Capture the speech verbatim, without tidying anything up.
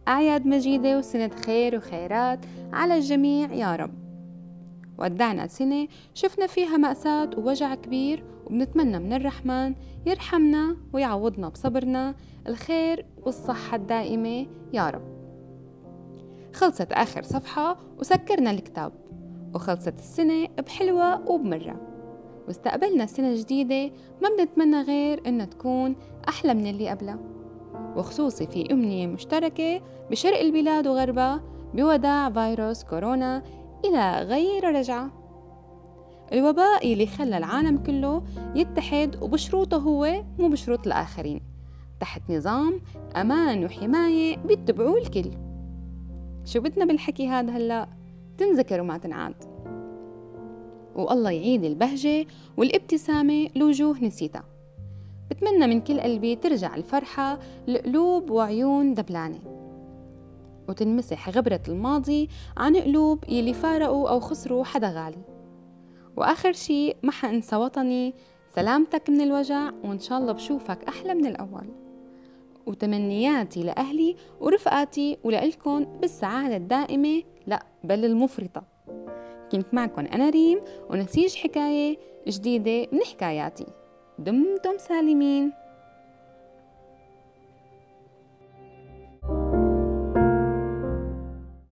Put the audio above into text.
أعياد مجيدة وسنة خير وخيرات على الجميع يا رب. ودعنا سنة شفنا فيها مأساة ووجع كبير، وبنتمنى من الرحمن يرحمنا ويعوضنا بصبرنا الخير والصحة الدائمة يا رب. خلصت آخر صفحة وسكرنا الكتاب، وخلصت السنة بحلوة وبمرة، واستقبلنا سنة جديدة ما بنتمنى غير إنها تكون أحلى من اللي قبلها. وخصوصي في أمنية مشتركة بشرق البلاد وغربها بوداع فيروس كورونا إلى غير رجعة، الوباء اللي خلى العالم كله يتحد وبشروطه هو مو بشروط الآخرين، تحت نظام أمان وحماية بيتبعوه الكل. شو بدنا بالحكي هذا هلأ؟ تنذكر وما تنعاد. والله يعيد البهجة والابتسامة لوجوه نسيتها. بتمنى من كل قلبي ترجع الفرحة لقلوب وعيون دبلانة، وتنمسح غبرة الماضي عن قلوب يلي فارقوا أو خسروا حدا غالي. وآخر شي ما حنسى وطني، سلامتك من الوجع، وإن شاء الله بشوفك أحلى من الأول. وتمنياتي لأهلي ورفقاتي ولإلكن بالسعادة الدائمة، لا بل المفرطة. كنت معكم أنا ريم، ونسيج حكاية جديدة من حكاياتي. دمتم سالمين.